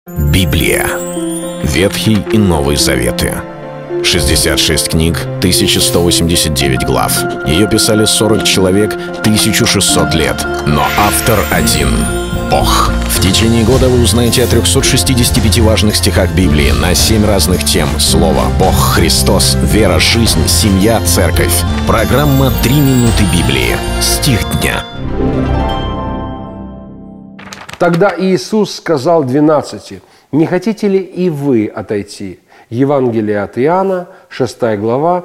Библия. Ветхий и Новый Заветы. 66 книг, 1189 глав. Ее писали 40 человек, 1600 лет. Но автор один — Бог. В течение года вы узнаете о 365 важных стихах Библии на 7 разных тем. Слово, Бог, Христос, вера, жизнь, семья, церковь. Программа «3 минуты Библии». Стих дня. Тогда Иисус сказал 12: «Не хотите ли и вы отойти?» Евангелие от Иоанна, 6 глава,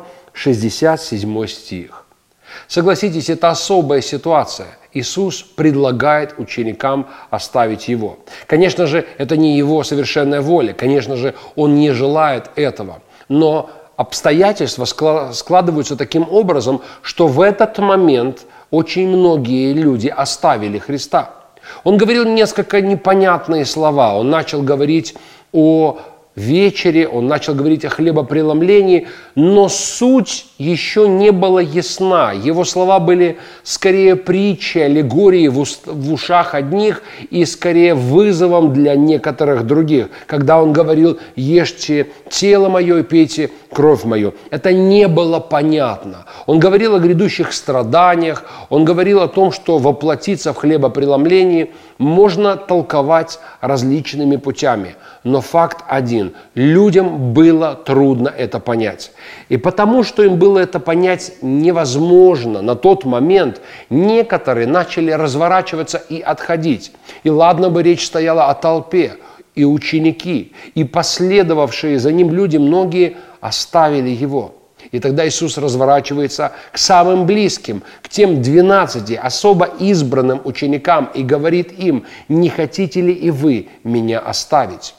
67 стих. Согласитесь, это особая ситуация. Иисус предлагает ученикам оставить Его. Конечно же, это не Его совершенная воля. Конечно же, Он не желает этого. Но обстоятельства складываются таким образом, что в этот момент очень многие люди оставили Христа. Он говорил несколько непонятные слова. Он начал говорить о вечере, он начал говорить о хлебопреломлении, но суть еще не была ясна. Его слова были скорее притчей, аллегорией в ушах одних и скорее вызовом для некоторых других. Когда он говорил: «Ешьте тело мое и пейте кровь мою», это не было понятно. Он говорил о грядущих страданиях, он говорил о том, что воплотиться в хлебопреломлении можно толковать различными путями. Но факт один – людям было трудно это понять. И потому, что им было это понять невозможно, на тот момент некоторые начали разворачиваться и отходить. И ладно бы речь стояла о толпе, и ученики, и последовавшие за ним люди, многие оставили его. И тогда Иисус разворачивается к самым близким, к тем 12 особо избранным ученикам и говорит им: «Не хотите ли и вы меня оставить?»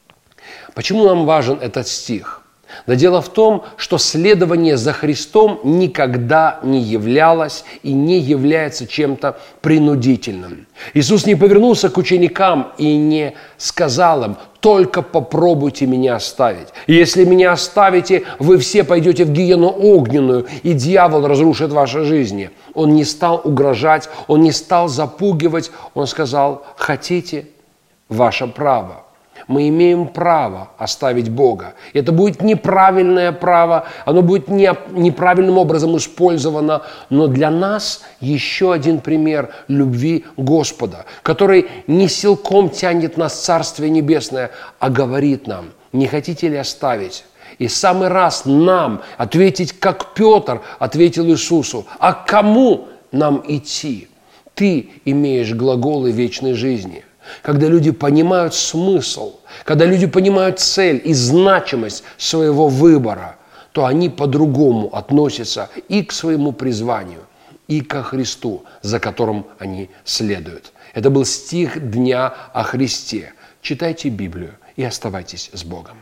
Почему нам важен этот стих? Да дело в том, что следование за Христом никогда не являлось и не является чем-то принудительным. Иисус не повернулся к ученикам и не сказал им: «Только попробуйте меня оставить. Если меня оставите, вы все пойдете в гиену огненную, и дьявол разрушит ваши жизни». Он не стал угрожать, он не стал запугивать. Он сказал: «Хотите? Ваше право». Мы имеем право оставить Бога. Это будет неправильное право, оно будет неправильным образом использовано, но для нас еще один пример любви Господа, который не силком тянет нас в Царствие Небесное, а говорит нам: «Не хотите ли оставить?» И в самый раз нам ответить, как Петр ответил Иисусу: «А к кому нам идти? Ты имеешь глаголы вечной жизни». Когда люди понимают смысл, когда люди понимают цель и значимость своего выбора, то они по-другому относятся и к своему призванию, и ко Христу, за которым они следуют. Это был стих дня о Христе. Читайте Библию и оставайтесь с Богом.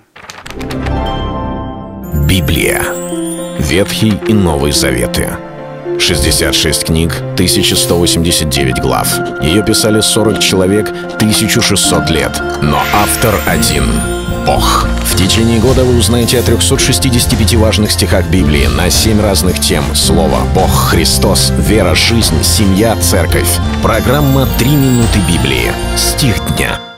Библия. Ветхий и Новый Заветы. 66 книг, 1189 глав. Ее писали 40 человек, 1600 лет. Но автор один — Бог. В течение года вы узнаете о 365 важных стихах Библии на 7 разных тем. Слово, Бог, Христос, вера, жизнь, семья, церковь. Программа «3 минуты Библии». Стих дня.